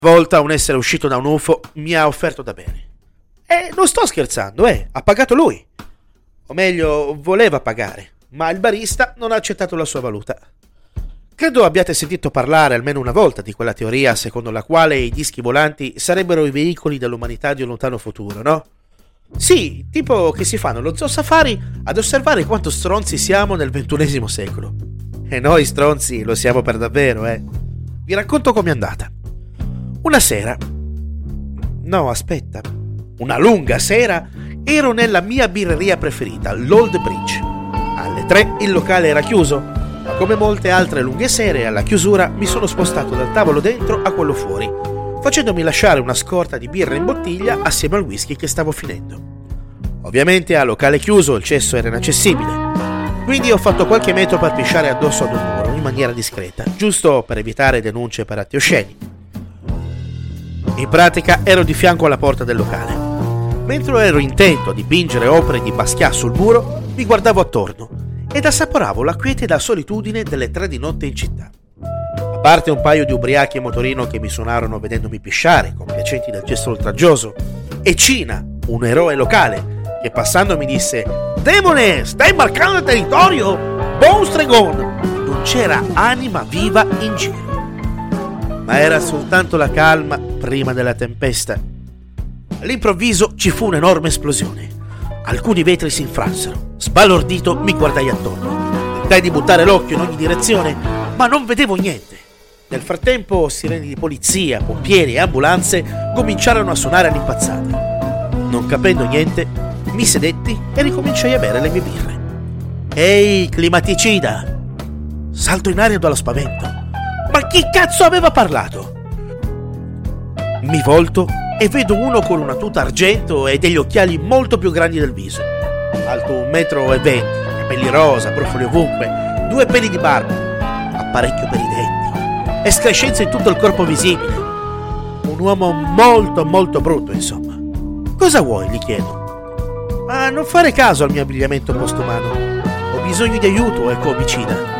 Volta un essere uscito da un UFO mi ha offerto da bere. E non sto scherzando, ha pagato lui. O meglio, voleva pagare, ma il barista non ha accettato la sua valuta. Credo abbiate sentito parlare almeno una volta di quella teoria secondo la quale i dischi volanti sarebbero i veicoli dell'umanità di un lontano futuro, no? Sì, tipo che si fanno lo zoo safari ad osservare quanto stronzi siamo nel XXI secolo. E noi stronzi lo siamo per davvero, Vi racconto com'è andata. Una sera... No, aspetta. Una lunga sera ero nella mia birreria preferita, l'Old Bridge. Alle 3 il locale era chiuso, ma come molte altre lunghe sere alla chiusura mi sono spostato dal tavolo dentro a quello fuori, facendomi lasciare una scorta di birra in bottiglia assieme al whisky che stavo finendo. Ovviamente a locale chiuso il cesso era inaccessibile, quindi ho fatto qualche metro per pisciare addosso ad un muro in maniera discreta, giusto per evitare denunce per atti osceni. In pratica ero di fianco alla porta del locale. Mentre ero intento a dipingere opere di Basquiat sul muro, mi guardavo attorno ed assaporavo la quiete e la solitudine delle 3 di notte in città. A parte un paio di ubriachi a motorino che mi suonarono vedendomi pisciare, compiacenti del gesto oltraggioso, e Cina, un eroe locale, che passando mi disse «Demone, stai marcando il territorio! Buon stregone!» Non c'era anima viva in giro. Ma era soltanto la calma prima della tempesta. All'improvviso ci fu un'enorme esplosione. Alcuni vetri si infransero. Sbalordito mi guardai attorno. Tentai di buttare l'occhio in ogni direzione, ma non vedevo niente. Nel frattempo sirene di polizia, pompieri e ambulanze cominciarono a suonare all'impazzata. Non capendo niente, mi sedetti e ricominciai a bere le mie birre. Ehi, climaticida! Salto in aria dallo spavento. Ma chi cazzo aveva parlato? Mi volto e vedo uno con una tuta argento e degli occhiali molto più grandi del viso. Alto 1,20 m, capelli rosa, brufoli ovunque, 2 peli di barba, apparecchio per i denti, escrescenze in tutto il corpo visibile. Un uomo molto molto brutto, insomma. Cosa vuoi? Gli chiedo. Ma non fare caso al mio abbigliamento postumano. Ho bisogno di aiuto, ecco, omicida.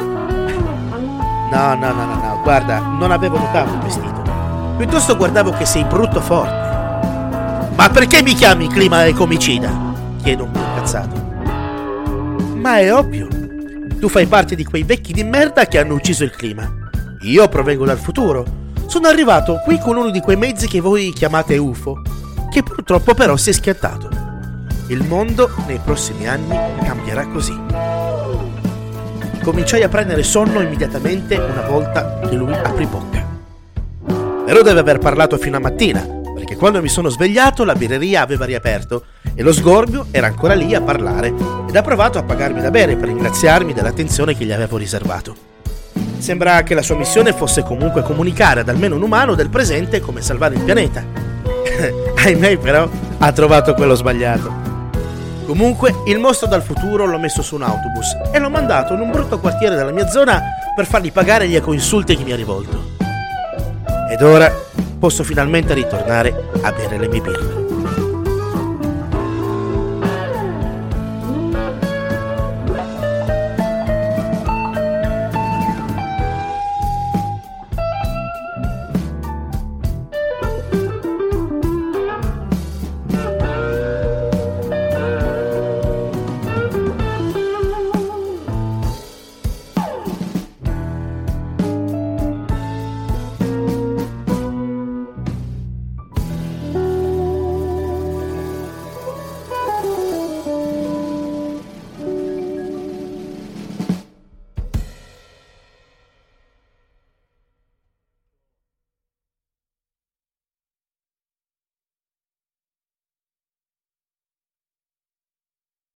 No, guarda, non avevo notato il vestito. Piuttosto guardavo che sei brutto forte. Ma perché mi chiami clima ecomicida? Chiedo un po' incazzato. Ma è ovvio. Tu fai parte di quei vecchi di merda che hanno ucciso il clima. Io provengo dal futuro. Sono arrivato qui con uno di quei mezzi che voi chiamate UFO, che purtroppo però si è schiantato. Il mondo nei prossimi anni cambierà così. Cominciai a prendere sonno immediatamente una volta che lui aprì bocca. Però deve aver parlato fino a mattina, perché quando mi sono svegliato la birreria aveva riaperto e lo sgorbio era ancora lì a parlare ed ha provato a pagarmi da bere per ringraziarmi dell'attenzione che gli avevo riservato. Sembra che la sua missione fosse comunque comunicare ad almeno un umano del presente come salvare il pianeta. Ahimè però ha trovato quello sbagliato. Comunque il mostro dal futuro l'ho messo su un autobus e l'ho mandato in un brutto quartiere della mia zona per fargli pagare gli ecoinsulti che mi ha rivolto. Ed ora posso finalmente ritornare a bere le mie birre.